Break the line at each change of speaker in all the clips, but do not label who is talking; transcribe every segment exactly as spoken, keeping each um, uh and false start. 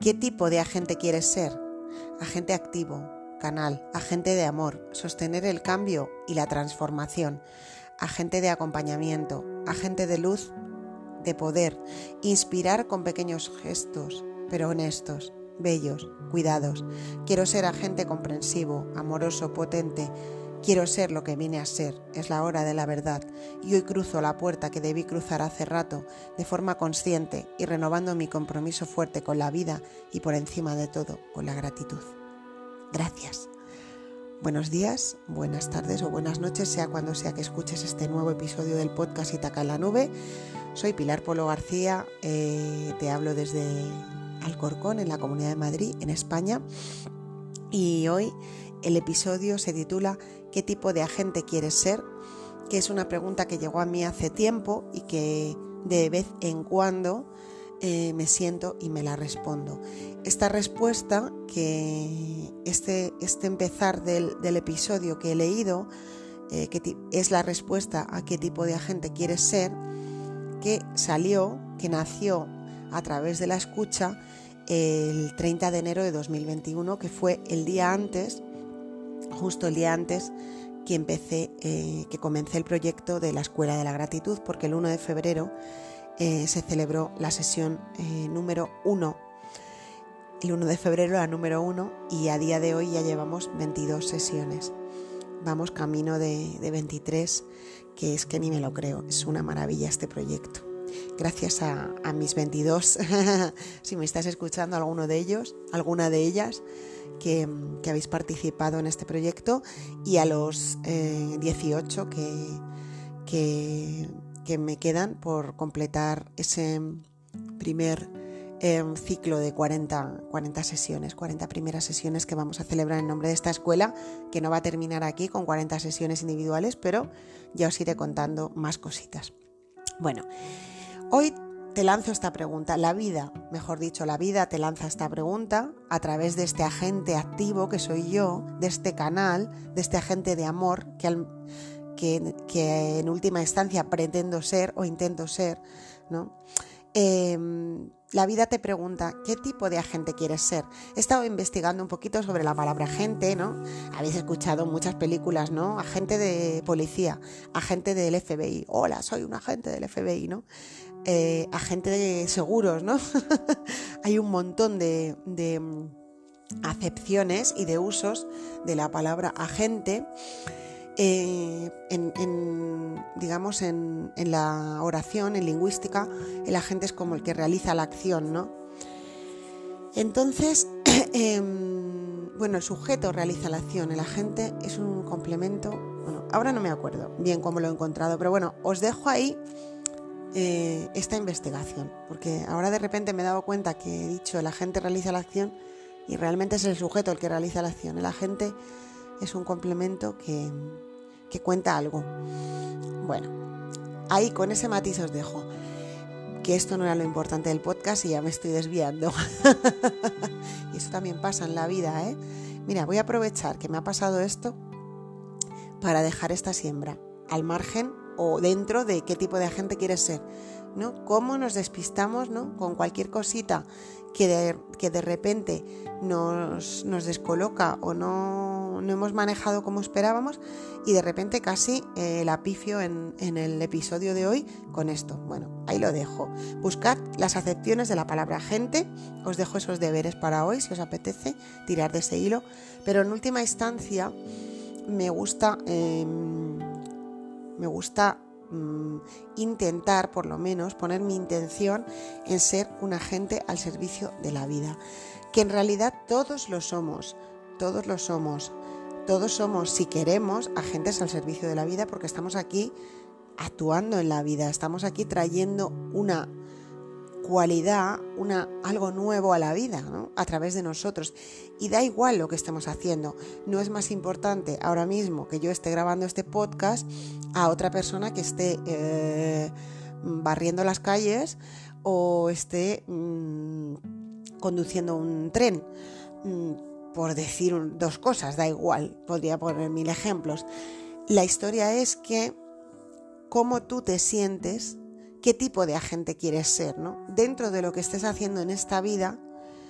¿Qué tipo de agente quieres ser? Agente activo, canal, agente de amor, sostener el cambio y la transformación, agente de acompañamiento, agente de luz, de poder, inspirar con pequeños gestos, pero honestos, bellos, cuidados. Quiero ser agente comprensivo, amoroso, potente. Quiero ser lo que vine a ser, es la hora de la verdad, y hoy cruzo la puerta que debí cruzar hace rato, de forma consciente y renovando mi compromiso fuerte con la vida y por encima de todo, con la gratitud. Gracias. Buenos días, buenas tardes o buenas noches, sea cuando sea que escuches este nuevo episodio del podcast Ítaca en la Nube. Soy Pilar Polo García, eh, te hablo desde Alcorcón, en la Comunidad de Madrid, en España, y hoy el episodio se titula ¿Qué tipo de agente quieres ser?, que es una pregunta que llegó a mí hace tiempo y que de vez en cuando eh, me siento y me la respondo. Esta respuesta, que este, este empezar del, del episodio que he leído, eh, que ti- es la respuesta a qué tipo de agente quieres ser, que salió, que nació a través de la escucha el treinta de enero de dos mil veintiuno, que fue el día antes, justo el día antes que empecé, eh, que comencé el proyecto de la Escuela de la Gratitud, porque el uno de febrero eh, se celebró la sesión eh, número uno. El uno de febrero la número uno y a día de hoy ya llevamos veintidós sesiones. Vamos camino de, de veintitrés, que es que ni me lo creo, es una maravilla este proyecto. Gracias a, a mis veintidós, si me estás escuchando alguno de ellos, alguna de ellas, que, que habéis participado en este proyecto, y a los eh, dieciocho que, que, que me quedan por completar ese primer eh, ciclo de cuarenta, cuarenta sesiones, cuarenta primeras sesiones que vamos a celebrar en nombre de esta escuela, que no va a terminar aquí con cuarenta sesiones individuales, pero ya os iré contando más cositas. Bueno, hoy te lanzo esta pregunta, la vida, mejor dicho, la vida te lanza esta pregunta a través de este agente activo que soy yo, de este canal, de este agente de amor que, al, que, que en última instancia pretendo ser o intento ser, ¿no? Eh, la vida te pregunta ¿qué tipo de agente quieres ser? He estado investigando un poquito sobre la palabra agente, ¿no? Habéis escuchado muchas películas, ¿no? Agente de policía, agente del F B I, hola, soy un agente del F B I, ¿no? Eh, agente de seguros, ¿no? Hay un montón de, de acepciones y de usos de la palabra agente. Eh, en, en, digamos en, en la oración, en lingüística, el agente es como el que realiza la acción, ¿no? Entonces, eh, bueno, el sujeto realiza la acción, el agente es un complemento. Bueno, ahora no me acuerdo bien cómo lo he encontrado, pero bueno, os dejo ahí eh, esta investigación, porque ahora de repente me he dado cuenta que he dicho el agente realiza la acción y realmente es el sujeto el que realiza la acción. El agente es un complemento que, que cuenta algo. Bueno, ahí con ese matiz os dejo, que esto no era lo importante del podcast y ya me estoy desviando. Y eso también pasa en la vida, ¿eh? Mira, voy a aprovechar que me ha pasado esto para dejar esta siembra al margen o dentro de qué tipo de agente quieres ser, ¿no? Cómo nos despistamos, ¿no? Con cualquier cosita que de, que de repente nos, nos descoloca o no, no hemos manejado como esperábamos, y de repente casi eh, la pifio en, en el episodio de hoy con esto. Bueno, ahí lo dejo. Buscad las acepciones de la palabra agente. Os dejo esos deberes para hoy si os apetece tirar de ese hilo, pero en última instancia me gusta eh, me gusta intentar, por lo menos, poner mi intención en ser un agente al servicio de la vida, que en realidad todos lo somos, todos lo somos, todos somos, si queremos, agentes al servicio de la vida, porque estamos aquí actuando en la vida, estamos aquí trayendo una cualidad, una, algo nuevo a la vida, ¿no? A través de nosotros, y da igual lo que estemos haciendo. No es más importante ahora mismo que yo esté grabando este podcast a otra persona que esté eh, barriendo las calles o esté mmm, conduciendo un tren, mmm, por decir un, dos cosas, da igual, podría poner mil ejemplos. La historia es que cómo tú te sientes, qué tipo de agente quieres ser, ¿no? Dentro de lo que estés haciendo en esta vida,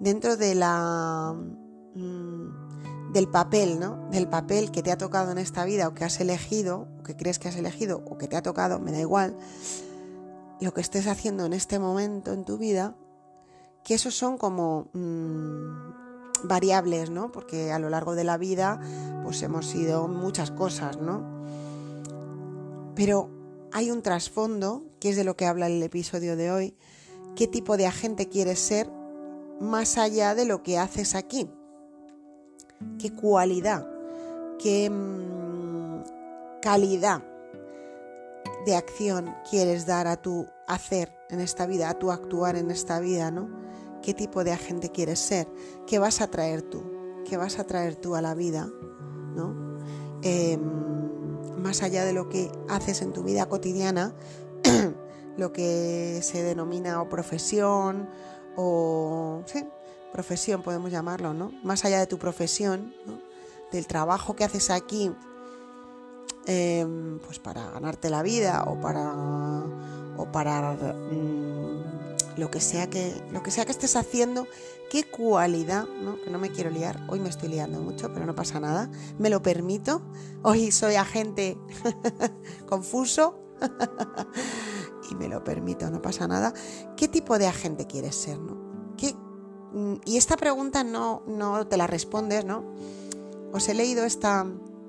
dentro de la, mmm, del papel, ¿no? Del papel que te ha tocado en esta vida o que has elegido, o que crees que has elegido o que te ha tocado, me da igual, lo que estés haciendo en este momento en tu vida, que esos son como mmm, variables, ¿no? Porque a lo largo de la vida pues hemos sido muchas cosas, ¿no? Pero hay un trasfondo, que es de lo que habla el episodio de hoy. ¿Qué tipo de agente quieres ser más allá de lo que haces aquí? ¿Qué cualidad, qué mmm, calidad de acción quieres dar a tu hacer en esta vida, a tu actuar en esta vida, ¿no? ¿Qué tipo de agente quieres ser? ¿Qué vas a traer tú? ¿Qué vas a traer tú a la vida, ¿no? Eh, más allá de lo que haces en tu vida cotidiana, lo que se denomina o profesión o sí, profesión podemos llamarlo, ¿no? Más allá de tu profesión, ¿no? Del trabajo que haces aquí, eh, pues para ganarte la vida o para o para mmm, lo que sea que lo que sea que estés haciendo, qué cualidad, ¿no? Que no me quiero liar, hoy me estoy liando mucho, pero no pasa nada, me lo permito, hoy soy agente confuso y me lo permito, no pasa nada. ¿Qué tipo de agente quieres ser, ¿no? ¿Qué? Y esta pregunta no, no te la respondes, ¿no? Os he leído esta,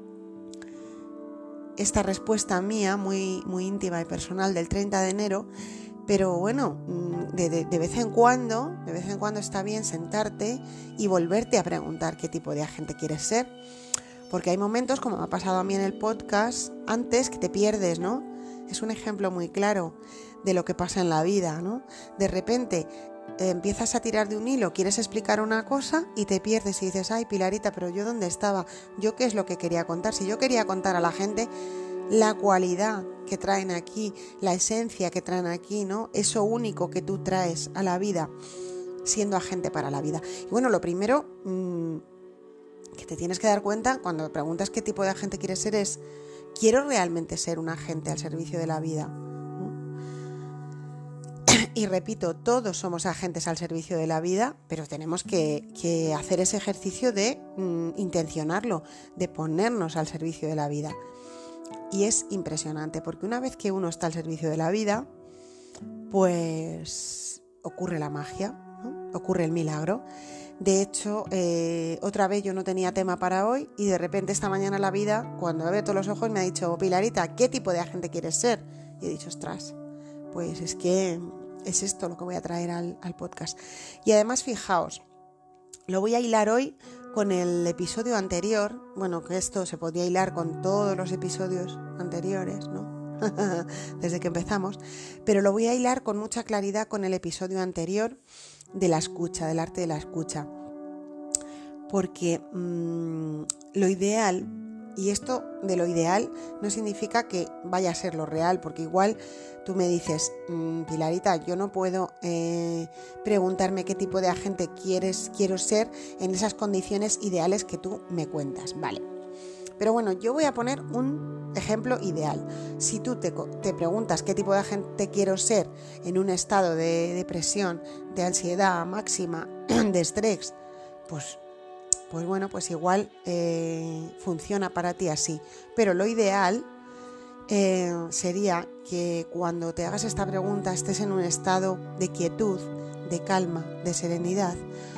esta respuesta mía muy, muy íntima y personal del treinta de enero, pero bueno, de, de, de vez en cuando, de vez en cuando está bien sentarte y volverte a preguntar qué tipo de agente quieres ser, porque hay momentos, como me ha pasado a mí en el podcast antes, que te pierdes, ¿no? Es un ejemplo muy claro de lo que pasa en la vida, ¿no? De repente eh, empiezas a tirar de un hilo, quieres explicar una cosa y te pierdes y dices, ay, Pilarita, pero ¿yo dónde estaba? ¿Yo qué es lo que quería contar? Si yo quería contar a la gente la cualidad que traen aquí, la esencia que traen aquí, ¿no? Eso único que tú traes a la vida, siendo agente para la vida. Y bueno, lo primero mmm, que te tienes que dar cuenta cuando preguntas qué tipo de agente quieres ser es, ¿quiero realmente ser un agente al servicio de la vida? Y repito, todos somos agentes al servicio de la vida, pero tenemos que, que hacer ese ejercicio de mm, intencionarlo, de ponernos al servicio de la vida. Y es impresionante, porque una vez que uno está al servicio de la vida, pues ocurre la magia, ¿no? Ocurre el milagro. De hecho, eh, otra vez yo no tenía tema para hoy y de repente esta mañana la vida, cuando he abierto los ojos, me ha dicho, Pilarita, ¿qué tipo de agente quieres ser? Y he dicho, ostras, pues es que es esto lo que voy a traer al, al podcast. Y además, fijaos, lo voy a hilar hoy con el episodio anterior, bueno, que esto se podría hilar con todos los episodios anteriores, ¿no? Desde que empezamos, pero lo voy a hilar con mucha claridad con el episodio anterior de la escucha, del arte de la escucha, porque mmm, lo ideal, y esto de lo ideal no significa que vaya a ser lo real, porque igual tú me dices, mmm, Pilarita, yo no puedo eh, preguntarme qué tipo de agente quieres, quiero ser en esas condiciones ideales que tú me cuentas, vale. Pero bueno, yo voy a poner un ejemplo ideal. Si tú te, te preguntas qué tipo de agente quiero ser en un estado de depresión, de ansiedad máxima, de estrés, pues, pues bueno, pues igual eh, funciona para ti así. Pero lo ideal eh, sería que cuando te hagas esta pregunta estés en un estado de quietud, de calma, de serenidad.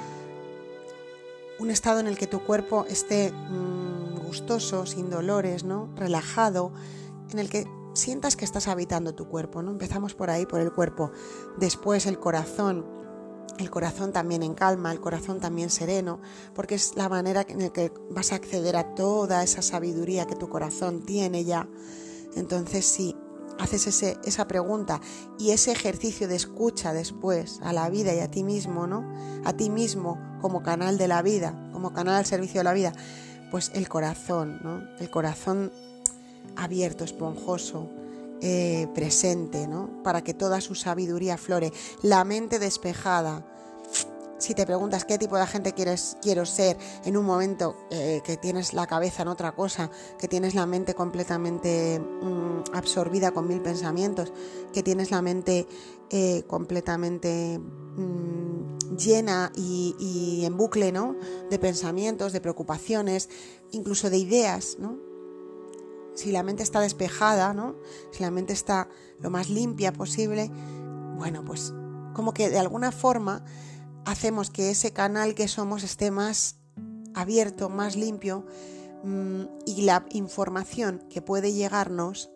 Un estado en el que tu cuerpo esté mmm, gustoso, sin dolores, ¿no? Relajado, en el que sientas que estás habitando tu cuerpo, ¿no? Empezamos por ahí, por el cuerpo. Después el corazón, el corazón también en calma, el corazón también sereno, porque es la manera en la que vas a acceder a toda esa sabiduría que tu corazón tiene ya. Entonces, sí, haces ese, esa pregunta y ese ejercicio de escucha después a la vida y a ti mismo, ¿no? A ti mismo como canal de la vida, como canal al servicio de la vida, pues el corazón, ¿no? El corazón abierto, esponjoso, eh, presente, ¿no? Para que toda su sabiduría aflore. La mente despejada. Si te preguntas qué tipo de agente quieres, quiero ser en un momento eh, que tienes la cabeza en otra cosa, que tienes la mente completamente mm, absorbida con mil pensamientos, que tienes la mente eh, completamente mm, llena y, y en bucle, ¿no?, de pensamientos, de preocupaciones, incluso de ideas, ¿no? Si la mente está despejada, ¿no?, si la mente está lo más limpia posible, bueno, pues como que de alguna forma hacemos que ese canal que somos esté más abierto, más limpio, mmm, y la información que puede llegarnos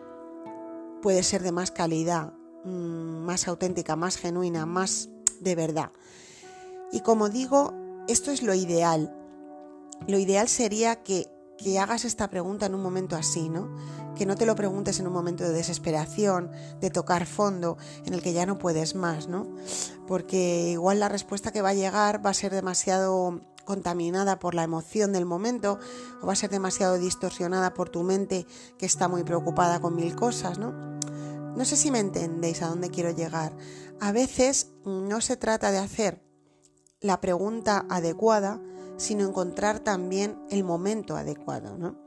puede ser de más calidad, mmm, más auténtica, más genuina, más de verdad. Y como digo, esto es lo ideal. Lo ideal sería que, que hagas esta pregunta en un momento así, ¿no? Que no te lo preguntes en un momento de desesperación, de tocar fondo, en el que ya no puedes más, ¿no? Porque igual la respuesta que va a llegar va a ser demasiado contaminada por la emoción del momento, o va a ser demasiado distorsionada por tu mente que está muy preocupada con mil cosas, ¿no? No sé si me entendéis a dónde quiero llegar. A veces no se trata de hacer la pregunta adecuada, sino encontrar también el momento adecuado, ¿no?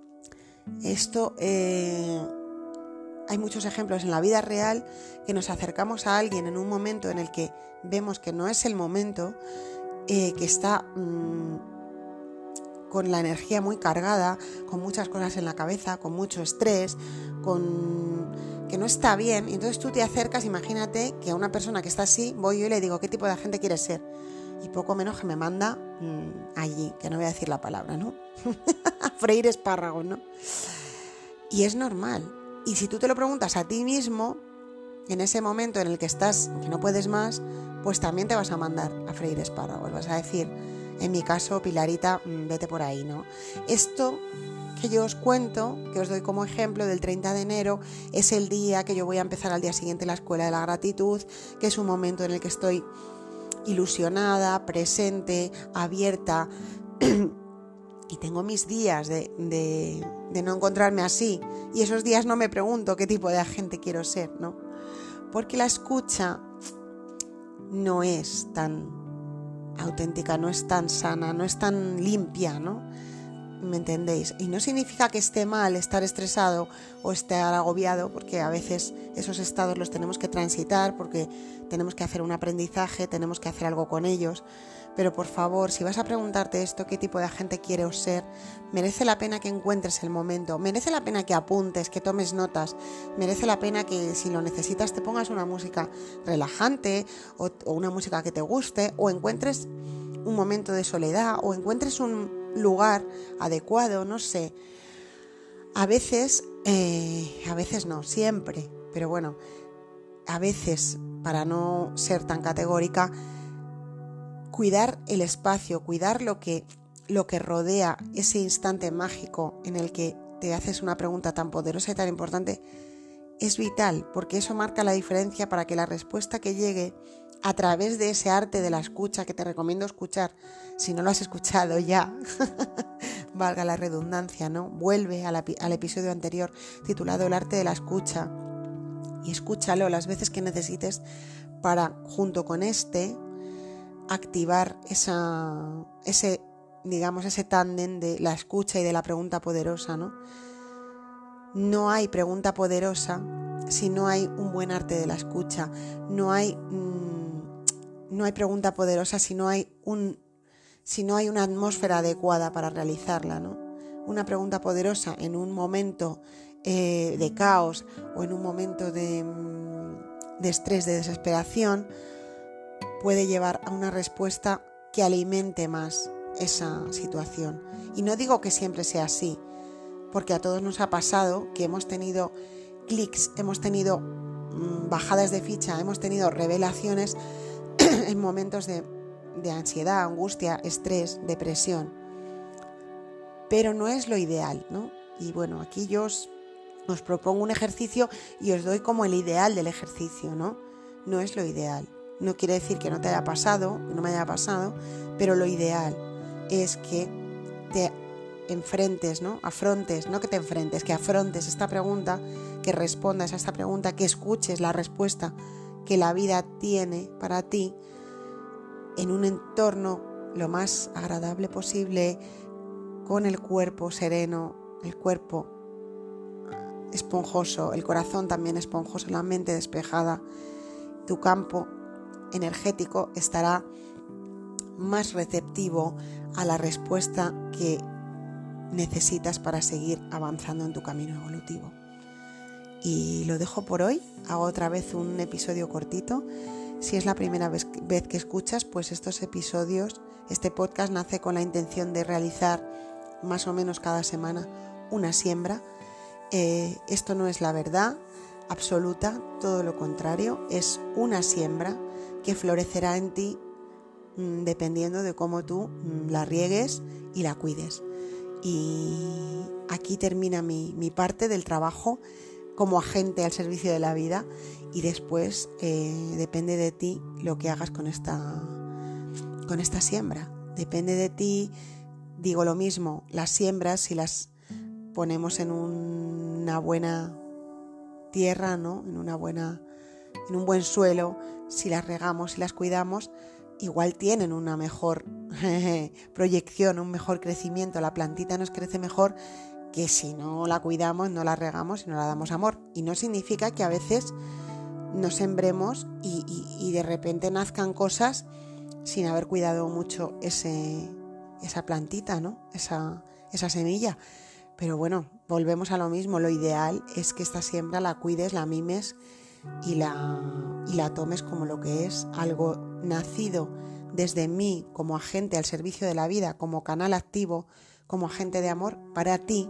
Esto, eh, hay muchos ejemplos en la vida real que nos acercamos a alguien en un momento en el que vemos que no es el momento, eh, que está mmm, con la energía muy cargada, con muchas cosas en la cabeza, con mucho estrés, con que no está bien, y entonces tú te acercas. Imagínate que a una persona que está así, voy yo y le digo, ¿qué tipo de gente quieres ser? Y poco menos que me manda mmm, allí, que no voy a decir la palabra, ¿no? A freír espárragos, ¿no? Y es normal. Y si tú te lo preguntas a ti mismo, en ese momento en el que estás, que no puedes más, pues también te vas a mandar a freír espárragos. Vas a decir, en mi caso, Pilarita, vete por ahí, ¿no? Esto que yo os cuento, que os doy como ejemplo del treinta de enero, es el día que yo voy a empezar al día siguiente la Escuela de la Gratitud, que es un momento en el que estoy ilusionada, presente, abierta, y tengo mis días de, de, de no encontrarme así, y esos días no me pregunto qué tipo de agente quiero ser, ¿no? Porque la escucha no es tan auténtica, no es tan sana, no es tan limpia, ¿no? ¿Me entendéis? Y no significa que esté mal estar estresado o estar agobiado, porque a veces esos estados los tenemos que transitar, porque tenemos que hacer un aprendizaje, tenemos que hacer algo con ellos. Pero por favor, si vas a preguntarte esto, qué tipo de agente quieres ser, merece la pena que encuentres el momento, merece la pena que apuntes, que tomes notas, merece la pena que si lo necesitas te pongas una música relajante o, o una música que te guste, o encuentres un momento de soledad, o encuentres un lugar adecuado, no sé. A veces, eh, a veces no, siempre, pero bueno, a veces, para no ser tan categórica, cuidar el espacio, cuidar lo que, lo que rodea ese instante mágico en el que te haces una pregunta tan poderosa y tan importante, es vital, porque eso marca la diferencia para que la respuesta que llegue a través de ese arte de la escucha, que te recomiendo escuchar, si no lo has escuchado ya, valga la redundancia, ¿no? Vuelve al, al episodio anterior titulado El arte de la escucha y escúchalo las veces que necesites para, junto con este, activar esa, ese, digamos, ese tándem de la escucha y de la pregunta poderosa, ¿no? No hay pregunta poderosa si no hay un buen arte de la escucha. No hay, mmm, no hay pregunta poderosa si no hay un, si no hay una atmósfera adecuada para realizarla, ¿no? Una pregunta poderosa en un momento eh, de caos o en un momento de, de estrés, de desesperación, puede llevar a una respuesta que alimente más esa situación. Y no digo que siempre sea así, porque a todos nos ha pasado que hemos tenido clics, hemos tenido mmm, bajadas de ficha, hemos tenido revelaciones en momentos de, de ansiedad, angustia, estrés, depresión. Pero no es lo ideal, ¿no? Y bueno, aquí yo os, os propongo un ejercicio y os doy como el ideal del ejercicio, ¿no? No es lo ideal. No quiere decir que no te haya pasado, que no me haya pasado, pero lo ideal es que te enfrentes, ¿no? Afrontes, no que te enfrentes, que afrontes esta pregunta, que respondas a esta pregunta, que escuches la respuesta que la vida tiene para ti en un entorno lo más agradable posible, con el cuerpo sereno, el cuerpo esponjoso, el corazón también esponjoso, la mente despejada, tu campo energético estará más receptivo a la respuesta que necesitas para seguir avanzando en tu camino evolutivo. Y lo dejo por hoy. Hago otra vez un episodio cortito. Si es la primera vez, vez que escuchas, pues estos episodios, este podcast nace con la intención de realizar más o menos cada semana una siembra. Eh, esto no es la verdad absoluta, todo lo contrario, es una siembra que florecerá en ti mmm, dependiendo de cómo tú mmm, la riegues y la cuides. Y aquí termina mi, mi parte del trabajo como agente al servicio de la vida, y después eh, depende de ti lo que hagas con esta, con esta siembra. Depende de ti, digo lo mismo, las siembras, si las ponemos en una buena tierra, ¿no? en, una buena, en un buen suelo, si las regamos, si las cuidamos, igual tienen una mejor proyección, un mejor crecimiento. La plantita nos crece mejor que si no la cuidamos, no la regamos y no la damos amor. Y no significa que a veces nos sembremos y, y, y de repente nazcan cosas sin haber cuidado mucho ese, esa plantita, ¿no? esa, esa semilla. Pero bueno, volvemos a lo mismo. Lo ideal es que esta siembra la cuides, la mimes y la, y la tomes como lo que es, algo nacido desde mí como agente al servicio de la vida, como canal activo, como agente de amor para ti,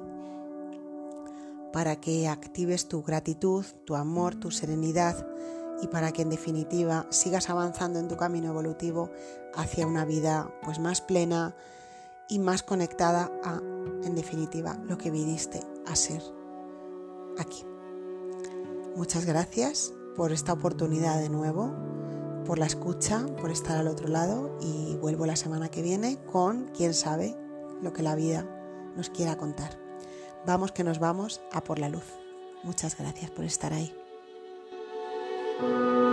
para que actives tu gratitud, tu amor, tu serenidad, y para que en definitiva sigas avanzando en tu camino evolutivo hacia una vida pues más plena y más conectada a, en definitiva, lo que viniste a ser aquí. Muchas gracias por esta oportunidad de nuevo, por la escucha, por estar al otro lado, y vuelvo la semana que viene con, quién sabe, lo que la vida nos quiera contar. Vamos que nos vamos a por la luz. Muchas gracias por estar ahí.